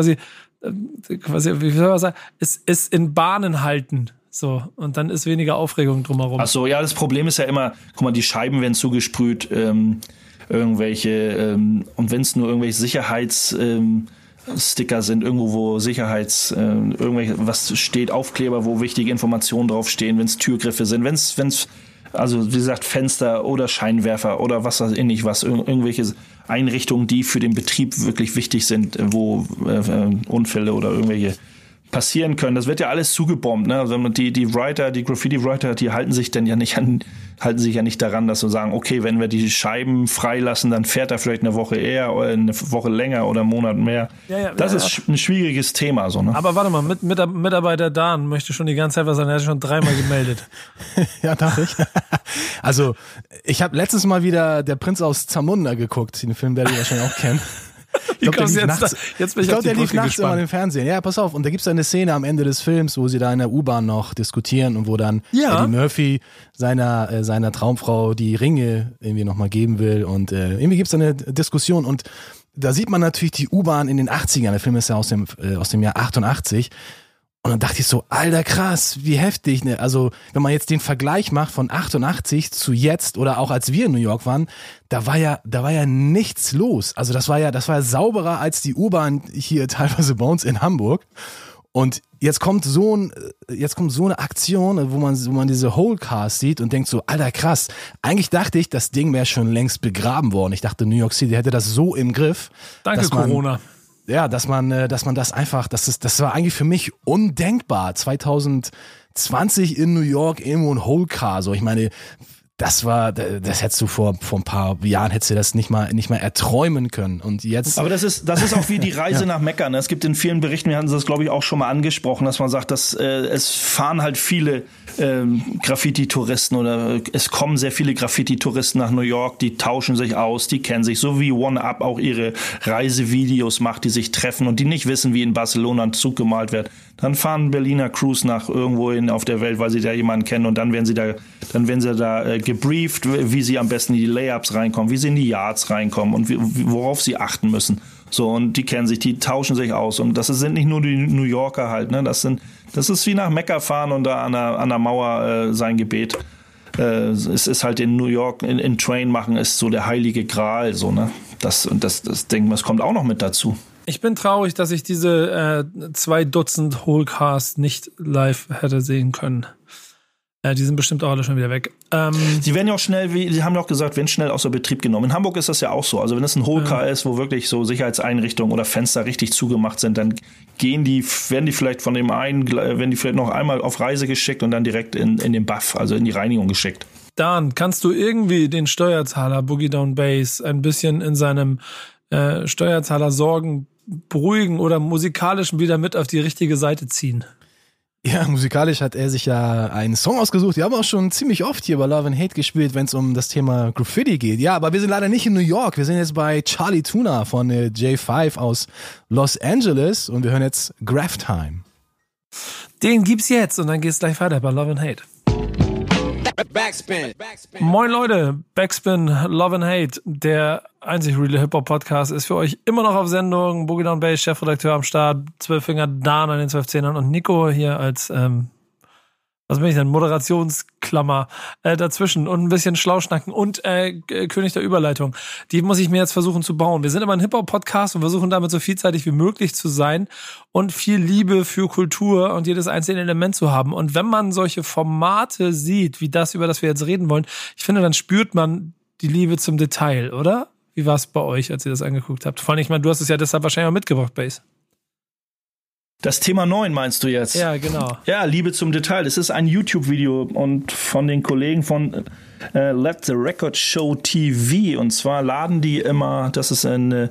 soll man sagen, es ist in Bahnen halten. So, und dann ist weniger Aufregung drumherum. Ach so, ja, das Problem ist ja immer, guck mal, die Scheiben werden zugesprüht, irgendwelche, und wenn es nur irgendwelche Sicherheitssticker sind, irgendwo, wo irgendwelche, was steht, Aufkleber, wo wichtige Informationen draufstehen, wenn es Türgriffe sind, wenn's, also wie gesagt, Fenster oder Scheinwerfer oder was weiß ich nicht, irgendwelche Einrichtungen, die für den Betrieb wirklich wichtig sind, wo Unfälle oder irgendwelche passieren können. Das wird ja alles zugebombt, ne? Also die Graffiti-Writer, die halten sich ja nicht daran, dass sie sagen, okay, wenn wir die Scheiben freilassen, dann fährt er vielleicht eine Woche eher oder eine Woche länger oder einen Monat mehr. Ja, das ist ein schwieriges Thema, so, ne? Aber warte mal, Mitarbeiter Dan möchte schon die ganze Zeit was sagen, er hat schon 3-mal gemeldet. Ja, darf ich? Also, ich habe letztes Mal wieder Der Prinz aus Zamunda geguckt, den Film werdet ihr wahrscheinlich auch kennen. Ich glaube, der lief nachts immer im Fernsehen. Ja, pass auf. Und da gibt's eine Szene am Ende des Films, wo sie da in der U-Bahn noch diskutieren und wo dann Eddie Murphy seiner Traumfrau die Ringe irgendwie nochmal geben will. Und irgendwie gibt's da eine Diskussion. Und da sieht man natürlich die U-Bahn in den 80ern. Der Film ist ja aus dem Jahr 88. Und dann dachte ich so, alter krass, wie heftig, ne? Also, wenn man jetzt den Vergleich macht von 88 zu jetzt oder auch als wir in New York waren, da war ja nichts los. Also, das war ja sauberer als die U-Bahn hier teilweise bei uns in Hamburg. Und jetzt kommt so eine Aktion, wo man diese Whole Cars sieht und denkt so, alter krass. Eigentlich dachte ich, das Ding wäre schon längst begraben worden. Ich dachte, New York City hätte das so im Griff. Danke, Corona. Ja, dass man das einfach, das war eigentlich für mich undenkbar. 2020 in New York irgendwo ein Whole Car. So, ich meine, das hättest du vor ein paar Jahren hättest du das nicht mal erträumen können. Und jetzt. Aber das ist auch wie die Reise nach Mekka. Ne? Es gibt in vielen Berichten, wir hatten das glaube ich auch schon mal angesprochen, dass man sagt, dass es fahren halt viele Graffiti-Touristen oder es kommen sehr viele Graffiti-Touristen nach New York, die tauschen sich aus, die kennen sich, so wie One-Up auch ihre Reisevideos macht, die sich treffen und die nicht wissen, wie in Barcelona ein Zug gemalt wird. Dann fahren Berliner Crews nach irgendwo auf der Welt, weil sie da jemanden kennen und dann werden sie da gebrieft, wie sie am besten in die Layups reinkommen, wie sie in die Yards reinkommen und worauf sie achten müssen. So, und die kennen sich, die tauschen sich aus. Und das sind nicht nur die New Yorker halt, ne? Das ist wie nach Mekka fahren und da an der Mauer sein Gebet. Es ist halt in New York in Train machen, ist so der heilige Gral, so, ne? Das denke ich, das kommt auch noch mit dazu. Ich bin traurig, dass ich diese 2 Dutzend Wholecast nicht live hätte sehen können. Die sind bestimmt auch alle schon wieder weg. Sie werden ja auch Sie haben ja auch gesagt, werden schnell außer Betrieb genommen. In Hamburg ist das ja auch so. Also wenn es ein Wholecar ist, wo wirklich so Sicherheitseinrichtungen oder Fenster richtig zugemacht sind, dann werden die vielleicht von dem einen, werden die vielleicht noch einmal auf Reise geschickt und dann direkt in den Buff, also in die Reinigung geschickt. Dan, kannst du irgendwie den Steuerzahler Boogie Down Bass ein bisschen in seinem Steuerzahler Sorgen beruhigen oder musikalisch wieder mit auf die richtige Seite ziehen? Ja, musikalisch hat er sich ja einen Song ausgesucht. Die haben auch schon ziemlich oft hier bei Love and Hate gespielt, wenn es um das Thema Graffiti geht. Ja, aber wir sind leider nicht in New York. Wir sind jetzt bei Charlie Tuna von J5 aus Los Angeles und wir hören jetzt Graph Time. Den gibt's jetzt und dann geht's gleich weiter bei Love and Hate. Backspin. Moin Leute, Backspin, Love and Hate, der einzig reale Hip-Hop-Podcast ist für euch immer noch auf Sendung. Boogie Down Bass, Chefredakteur am Start, 12 Finger Dan an den 12 Zehnern und Nico hier als, was bin ich denn, Moderationsklammer dazwischen und ein bisschen Schlauschnacken und König der Überleitung. Die muss ich mir jetzt versuchen zu bauen. Wir sind immer ein Hip-Hop-Podcast und versuchen damit so vielseitig wie möglich zu sein und viel Liebe für Kultur und jedes einzelne Element zu haben. Und wenn man solche Formate sieht, wie das, über das wir jetzt reden wollen, ich finde, dann spürt man die Liebe zum Detail, oder? Wie war es bei euch, als ihr das angeguckt habt? Vor allem, ich meine, du hast es ja deshalb wahrscheinlich auch mitgebracht, Bass. Das Thema 9 meinst du jetzt? Ja, genau. Ja, Liebe zum Detail. Es ist ein YouTube-Video und von den Kollegen von Let the Record Show TV. Und zwar laden die immer, das ist ein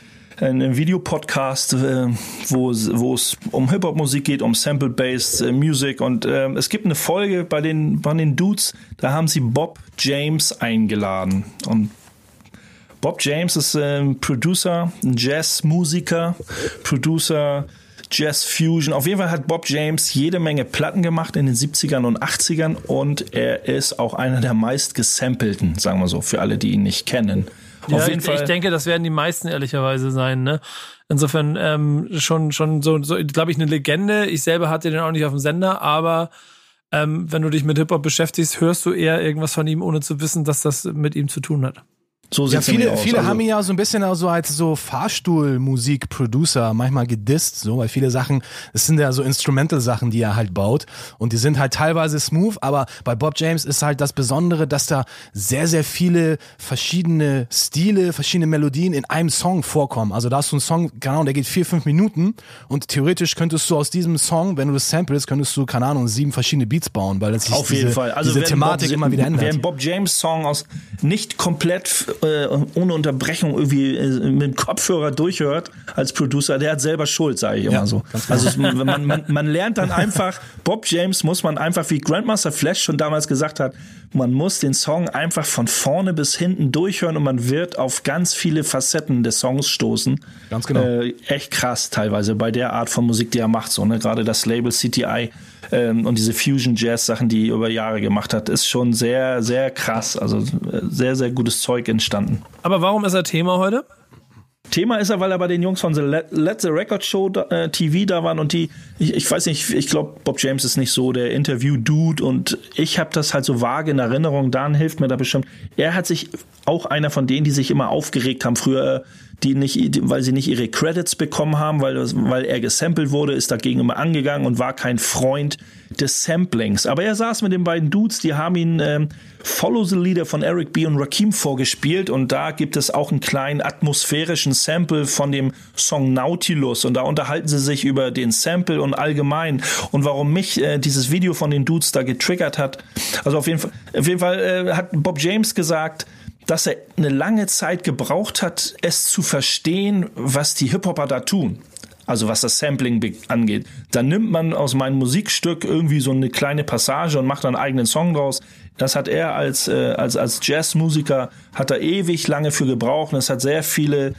Videopodcast, wo es um Hip-Hop-Musik geht, um Sample-Based Music. Und es gibt eine Folge bei den Dudes, da haben sie Bob James eingeladen. Und Bob James ist ein Producer, ein Jazzmusiker, Producer, Jazz Fusion. Auf jeden Fall hat Bob James jede Menge Platten gemacht in den 70ern und 80ern und er ist auch einer der meist gesampelten, sagen wir so, für alle, die ihn nicht kennen. Ja, auf jeden Fall. Ich denke, das werden die meisten ehrlicherweise sein, ne? Insofern schon so glaube ich, eine Legende. Ich selber hatte den auch nicht auf dem Sender, aber wenn du dich mit Hip-Hop beschäftigst, hörst du eher irgendwas von ihm, ohne zu wissen, dass das mit ihm zu tun hat. So ja, viele haben ihn ja so ein bisschen auch so als so Fahrstuhl-Musik-Producer manchmal gedisst, so, weil viele Sachen, es sind ja so Instrumental-Sachen, die er halt baut und die sind halt teilweise smooth, aber bei Bob James ist halt das Besondere, dass da sehr, sehr viele verschiedene Stile, verschiedene Melodien in einem Song vorkommen. Also da hast du einen Song, keine Ahnung, der geht 4-5 Minuten und theoretisch könntest du aus diesem Song, wenn du das samplest, könntest du, keine Ahnung, 7 verschiedene Beats bauen, weil das sich auf jeden Fall. Also diese Thematik immer wieder ändert. Wer einen Bob James Song aus nicht komplett ohne Unterbrechung irgendwie mit Kopfhörer durchhört als Producer, der hat selber Schuld, sage ich immer so. Also man lernt dann einfach, Bob James muss man einfach, wie Grandmaster Flash schon damals gesagt hat, man muss den Song einfach von vorne bis hinten durchhören und man wird auf ganz viele Facetten des Songs stoßen. Ganz genau. Echt krass teilweise bei der Art von Musik, die er macht. So, ne? Gerade das Label CTI und diese Fusion-Jazz-Sachen, die er über Jahre gemacht hat, ist schon sehr, sehr krass. Also sehr, sehr gutes Zeug entstanden. Aber warum ist er Thema heute? Thema ist er, weil er bei den Jungs von Let the Record Show TV da waren und ich weiß nicht, ich glaube, Bob James ist nicht so der Interview-Dude und ich habe das halt so vage in Erinnerung, Dan hilft mir da bestimmt. Er hat sich auch einer von denen, die sich immer aufgeregt haben früher, weil sie nicht ihre Credits bekommen haben, weil er gesampelt wurde, ist dagegen immer angegangen und war kein Freund des Samplings. Aber er saß mit den beiden Dudes, die haben ihn Follow the Leader von Eric B. und Rakim vorgespielt und da gibt es auch einen kleinen atmosphärischen Sample von dem Song Nautilus und da unterhalten sie sich über den Sample und allgemein und warum mich dieses Video von den Dudes da getriggert hat. Also auf jeden Fall hat Bob James gesagt, dass er eine lange Zeit gebraucht hat, es zu verstehen, was die Hip-Hopper da tun. Also was das Sampling angeht. Dann nimmt man aus meinem Musikstück irgendwie so eine kleine Passage und macht dann einen eigenen Song draus. Das hat er als Jazzmusiker, hat er ewig lange für gebraucht. Und es hat sehr viele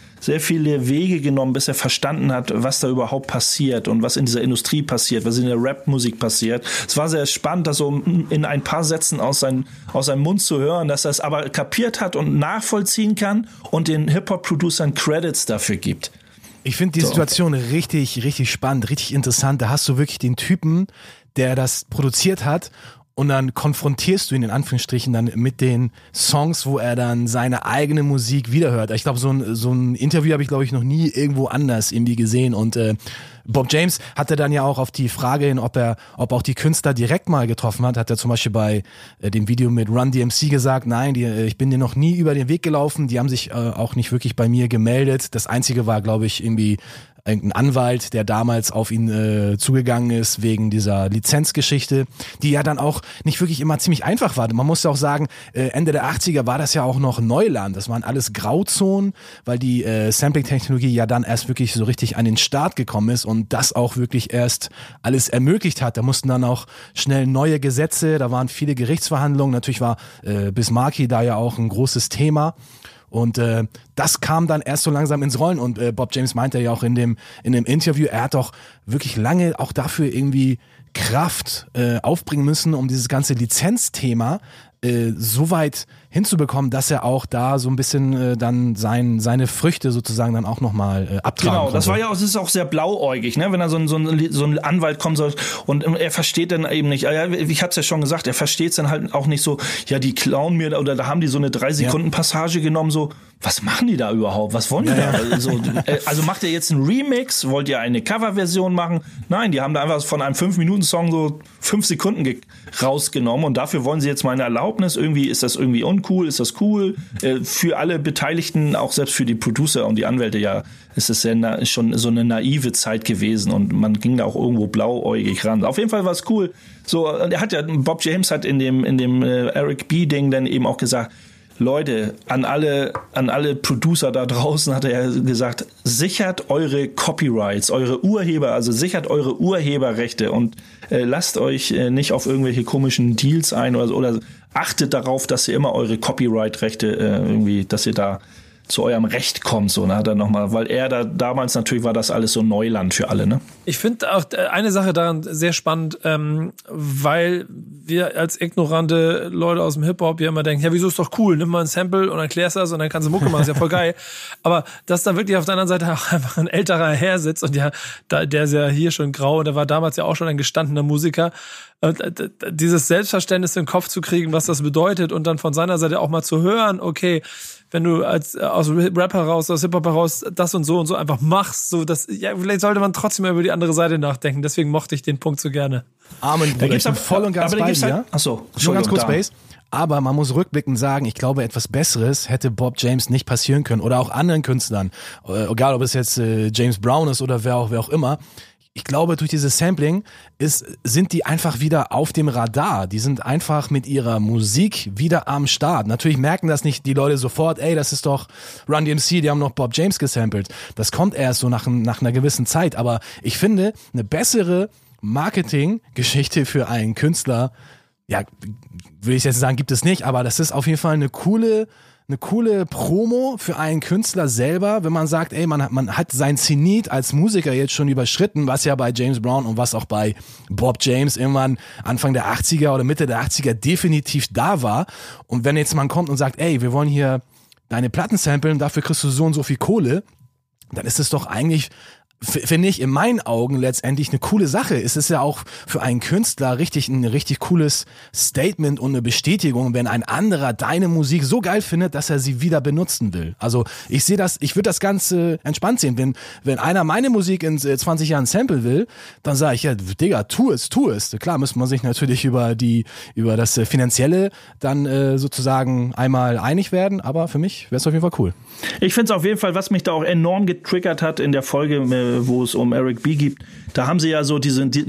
Wege genommen, bis er verstanden hat, was da überhaupt passiert und was in dieser Industrie passiert, was in der Rap-Musik passiert. Es war sehr spannend, das so in ein paar Sätzen aus seinem Mund zu hören, dass er es aber kapiert hat und nachvollziehen kann und den Hip-Hop-Producern Credits dafür gibt. Ich finde die Situation richtig, richtig spannend, richtig interessant. Da hast du wirklich den Typen, der das produziert hat und dann konfrontierst du ihn in Anführungsstrichen dann mit den Songs, wo er dann seine eigene Musik wiederhört. Ich glaube, so ein Interview habe ich, glaube ich, noch nie irgendwo anders irgendwie gesehen und Bob James hatte dann ja auch auf die Frage hin, ob auch die Künstler direkt mal getroffen hat er zum Beispiel bei dem Video mit Run DMC gesagt, nein, ich bin dir noch nie über den Weg gelaufen, die haben sich auch nicht wirklich bei mir gemeldet. Das Einzige war, glaube ich, irgendwie irgendein Anwalt, der damals auf ihn zugegangen ist wegen dieser Lizenzgeschichte, die ja dann auch nicht wirklich immer ziemlich einfach war. Man muss ja auch sagen, Ende der 80er war das ja auch noch Neuland. Das waren alles Grauzonen, weil die Sampling-Technologie ja dann erst wirklich so richtig an den Start gekommen ist und das auch wirklich erst alles ermöglicht hat. Da mussten dann auch schnell neue Gesetze, da waren viele Gerichtsverhandlungen. Natürlich war Bismarcky da ja auch ein großes Thema. Und das kam dann erst so langsam ins Rollen und Bob James meinte ja auch in dem Interview, er hat doch wirklich lange auch dafür irgendwie Kraft aufbringen müssen, um dieses ganze Lizenzthema so weit hinzubekommen, dass er auch da so ein bisschen dann seine Früchte sozusagen dann auch nochmal abtragen konnte. Das ist auch sehr blauäugig, ne? Wenn da so ein Anwalt kommt und er versteht dann eben nicht, ich hab's ja schon gesagt, er versteht's dann halt auch nicht so, ja, die klauen mir oder da haben die so eine 3-Sekunden-Passage genommen, so, was machen die da überhaupt? Was wollen die da? Also macht ihr jetzt einen Remix? Wollt ihr eine Coverversion machen? Nein, die haben da einfach von einem 5-Minuten-Song so 5 Sekunden rausgenommen und dafür wollen sie jetzt mal eine Erlaubnis. Irgendwie ist das irgendwie uncool, ist das cool? Für alle Beteiligten, auch selbst für die Producer und die Anwälte, ja, ist es schon so eine naive Zeit gewesen und man ging da auch irgendwo blauäugig ran. Auf jeden Fall war es cool. So, Bob James hat in dem Eric B. Ding dann eben auch gesagt, Leute, an alle Producer da draußen hat er gesagt, sichert eure Copyrights, eure Urheber, also sichert eure Urheberrechte und lasst euch nicht auf irgendwelche komischen Deals ein oder achtet darauf, dass ihr immer eure Copyright-Rechte irgendwie, dass ihr da zu eurem Recht kommt, so, ne, hat er nochmal, weil er da damals natürlich war das alles so Neuland für alle, ne? Ich finde auch eine Sache daran sehr spannend, weil wir als ignorante Leute aus dem Hip-Hop ja immer denken, ja, wieso ist doch cool, nimm mal ein Sample und dann klärst du das und dann kannst du Mucke machen, ist ja voll geil. Aber dass da wirklich auf der anderen Seite auch einfach ein älterer Herr sitzt und der ist ja hier schon grau und der war damals ja auch schon ein gestandener Musiker, dieses Selbstverständnis in den Kopf zu kriegen, was das bedeutet und dann von seiner Seite auch mal zu hören, okay, wenn du aus Rap heraus, aus Hip-Hop heraus das und so einfach machst, so das, ja, vielleicht sollte man trotzdem mal über die andere Seite nachdenken. Deswegen mochte ich den Punkt so gerne. Amen, Bruder, ich bin voll und ganz bei dir. Achso, schon ganz kurz, Space. Aber man muss rückblickend sagen, ich glaube, etwas Besseres hätte Bob James nicht passieren können oder auch anderen Künstlern. Egal, ob es jetzt James Brown ist oder wer auch immer. Ich glaube, durch dieses Sampling sind die einfach wieder auf dem Radar. Die sind einfach mit ihrer Musik wieder am Start. Natürlich merken das nicht die Leute sofort, ey, das ist doch Run DMC, die haben noch Bob James gesampelt. Das kommt erst so nach einer gewissen Zeit. Aber ich finde, eine bessere Marketinggeschichte für einen Künstler, ja, will ich jetzt sagen, gibt es nicht, aber das ist auf jeden Fall eine coole Promo für einen Künstler selber, wenn man sagt, ey, man hat sein Zenit als Musiker jetzt schon überschritten, was ja bei James Brown und was auch bei Bob James irgendwann Anfang der 80er oder Mitte der 80er definitiv da war. Und wenn jetzt man kommt und sagt, ey, wir wollen hier deine Platten samplen, dafür kriegst du so und so viel Kohle, dann ist es doch eigentlich finde ich in meinen Augen letztendlich eine coole Sache. Es ist ja auch für einen Künstler ein richtig cooles Statement und eine Bestätigung, wenn ein anderer deine Musik so geil findet, dass er sie wieder benutzen will. Also ich würde das Ganze entspannt sehen. Wenn einer meine Musik in 20 Jahren Sample will, dann sage ich, ja, Digga, tu es. Klar müsste man sich natürlich über das Finanzielle dann sozusagen einmal einig werden, aber für mich wäre es auf jeden Fall cool. Ich finde es auf jeden Fall, was mich da auch enorm getriggert hat in der Folge, wo es um Eric B. geht, da haben sie ja so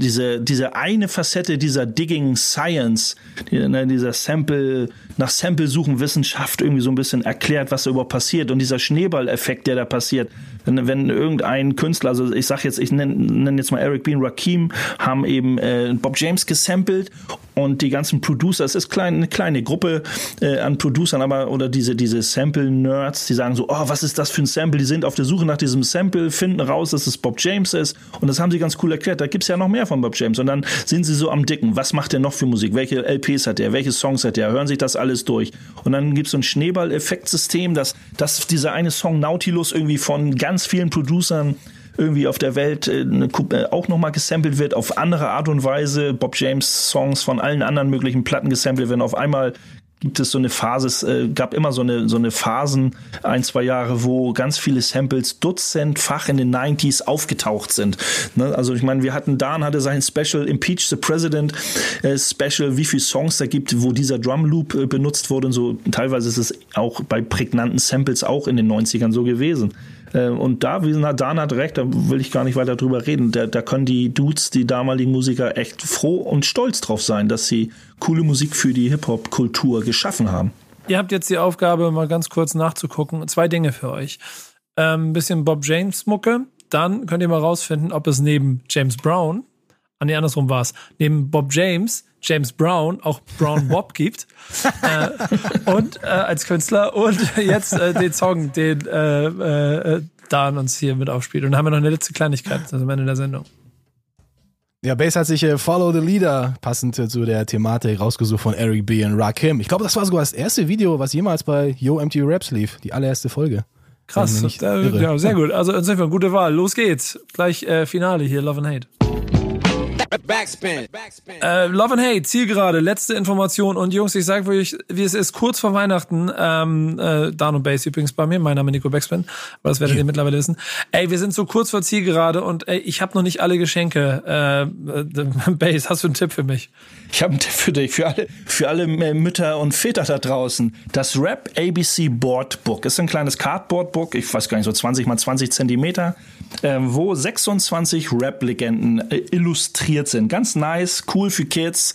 diese eine Facette dieser Digging Science, dieser nach Sample suchen Wissenschaft irgendwie so ein bisschen erklärt, was da überhaupt passiert und dieser Schneeballeffekt, der da passiert. Wenn irgendein Künstler, also ich nenne jetzt mal Eric B. und Rakim, haben eben Bob James gesampelt und die ganzen Producer, es ist eine kleine Gruppe an Producern, oder diese Sample-Nerds, die sagen so, oh, was ist das für ein Sample? Die sind auf der Suche nach diesem Sample, finden raus, dass es Bob James ist und das haben sie ganz cool erklärt. Da gibt's ja noch mehr von Bob James und dann sind sie so am Dicken. Was macht er noch für Musik? Welche LPs hat er? Welche Songs hat er? Hören sich das alles durch. Und dann gibt's so ein Schneeball-Effektsystem, dass dieser eine Song Nautilus irgendwie von ganz vielen Producern irgendwie auf der Welt auch nochmal gesampelt wird, auf andere Art und Weise. Bob James Songs von allen anderen möglichen Platten gesampelt werden. Auf einmal gibt es so eine Phase, es gab immer so eine Phasen, 1-2 Jahre, wo ganz viele Samples dutzendfach in den 90s aufgetaucht sind. Ne? Also ich meine, Dan hatte sein Special Impeach the President Special, wie viele Songs da gibt, wo dieser Drum Loop benutzt wurde und so. Teilweise ist es auch bei prägnanten Samples auch in den 90ern so gewesen. Und Dan hat recht, da will ich gar nicht weiter drüber reden. Da können die Dudes, die damaligen Musiker, echt froh und stolz drauf sein, dass sie coole Musik für die Hip-Hop-Kultur geschaffen haben. Ihr habt jetzt die Aufgabe, mal ganz kurz nachzugucken. 2 Dinge für euch. Ein bisschen Bob James-Mucke. Dann könnt ihr mal rausfinden, ob es neben James Brown, andersrum war es, neben Bob James Brown auch Brown Bob gibt und als Künstler und jetzt den Song, den Dan uns hier mit aufspielt. Und dann haben wir noch eine letzte Kleinigkeit, das ist am Ende der Sendung. Ja, Bass hat sich Follow the Leader passend zu der Thematik rausgesucht von Eric B. und Rakim. Ich glaube, das war sogar das erste Video, was jemals bei Yo MTV Raps lief, die allererste Folge. Krass, ja, sehr gut. Also insofern gute Wahl. Los geht's. Gleich Finale hier, Love and Hate. Backspin. Love and Hate, Zielgerade, letzte Information. Und Jungs, ich sage wirklich, wie es ist, kurz vor Weihnachten, Dan und Bass übrigens bei mir, mein Name ist Nico Backspin, aber das werdet ihr mittlerweile wissen. Ey, wir sind so kurz vor Zielgerade und ich habe noch nicht alle Geschenke. Bass, hast du einen Tipp für mich? Ich habe einen Tipp für dich, für alle Mütter und Väter da draußen. Das Rap ABC Board Book ist ein kleines Cardboard-Book, ich weiß gar nicht, so 20 mal 20 Zentimeter, wo 26 Rap-Legenden illustriert sind. Ganz nice, cool für Kids.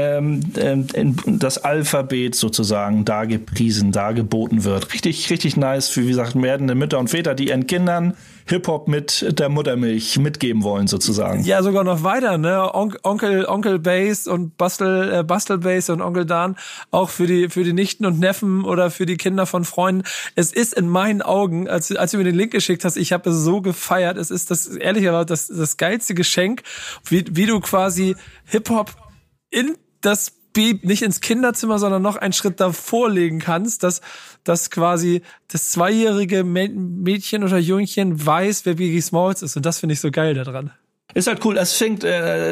Das Alphabet sozusagen dargeboten wird. Richtig, richtig nice für, wie gesagt, werdende Mütter und Väter, die ihren Kindern Hip-Hop mit der Muttermilch mitgeben wollen, sozusagen. Ja, sogar noch weiter, ne? Onkel Bass und Bastel Bass und Onkel Dan, auch für die Nichten und Neffen oder für die Kinder von Freunden. Es ist in meinen Augen, als du mir den Link geschickt hast, ich habe es so gefeiert. Es ist ehrlicherweise das geilste Geschenk, wie du quasi Hip-Hop in das Beat nicht ins Kinderzimmer, sondern noch einen Schritt davor legen kannst, dass quasi das 2-jährige Mädchen oder Jungchen weiß, wer Biggie Smalls ist. Und das finde ich so geil daran. Ist halt cool. Es fängt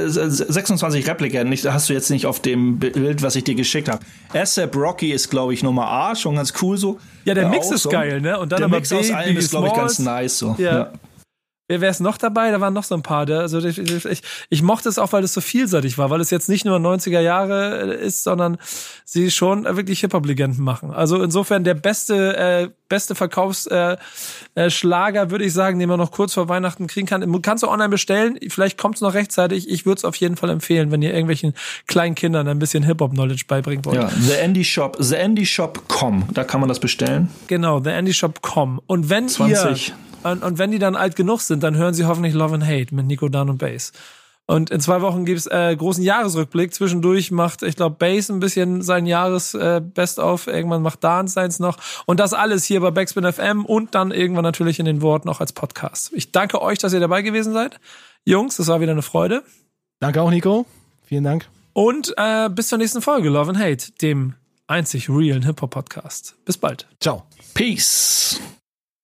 26 Replikern. Hast du jetzt nicht auf dem Bild, was ich dir geschickt habe. A$AP Rocky ist, glaube ich, Nummer A. Schon ganz cool so. Ja, der Mix ist so geil, ne? Und dann der aber Mix aus allem ist, glaube ich, ganz nice so. Ja. Wer ist noch dabei? Da waren noch so ein paar. Also ich mochte es auch, weil es so vielseitig war, weil es jetzt nicht nur 90er Jahre ist, sondern sie schon wirklich Hip-Hop-Legenden machen. Also insofern der beste Verkaufsschlager, würde ich sagen, den man noch kurz vor Weihnachten kriegen kann. Kannst du online bestellen, vielleicht kommt es noch rechtzeitig. Ich würde es auf jeden Fall empfehlen, wenn ihr irgendwelchen kleinen Kindern ein bisschen Hip-Hop-Knowledge beibringen wollt. Ja, TheAndyShop.com, da kann man das bestellen. Genau, TheAndyShop.com. Und wenn 20. Und wenn die dann alt genug sind, dann hören sie hoffentlich Love and Hate mit Nico, Dan und Bass. Und in 2 Wochen gibt es großen Jahresrückblick. Zwischendurch macht, ich glaube, Bass ein bisschen sein Jahres-Best-of. Irgendwann macht Dan seins noch. Und das alles hier bei Backspin FM und dann irgendwann natürlich in den Worten auch als Podcast. Ich danke euch, dass ihr dabei gewesen seid. Jungs, das war wieder eine Freude. Danke auch, Nico. Vielen Dank. Und bis zur nächsten Folge Love and Hate, dem einzig realen Hip-Hop-Podcast. Bis bald. Ciao. Peace.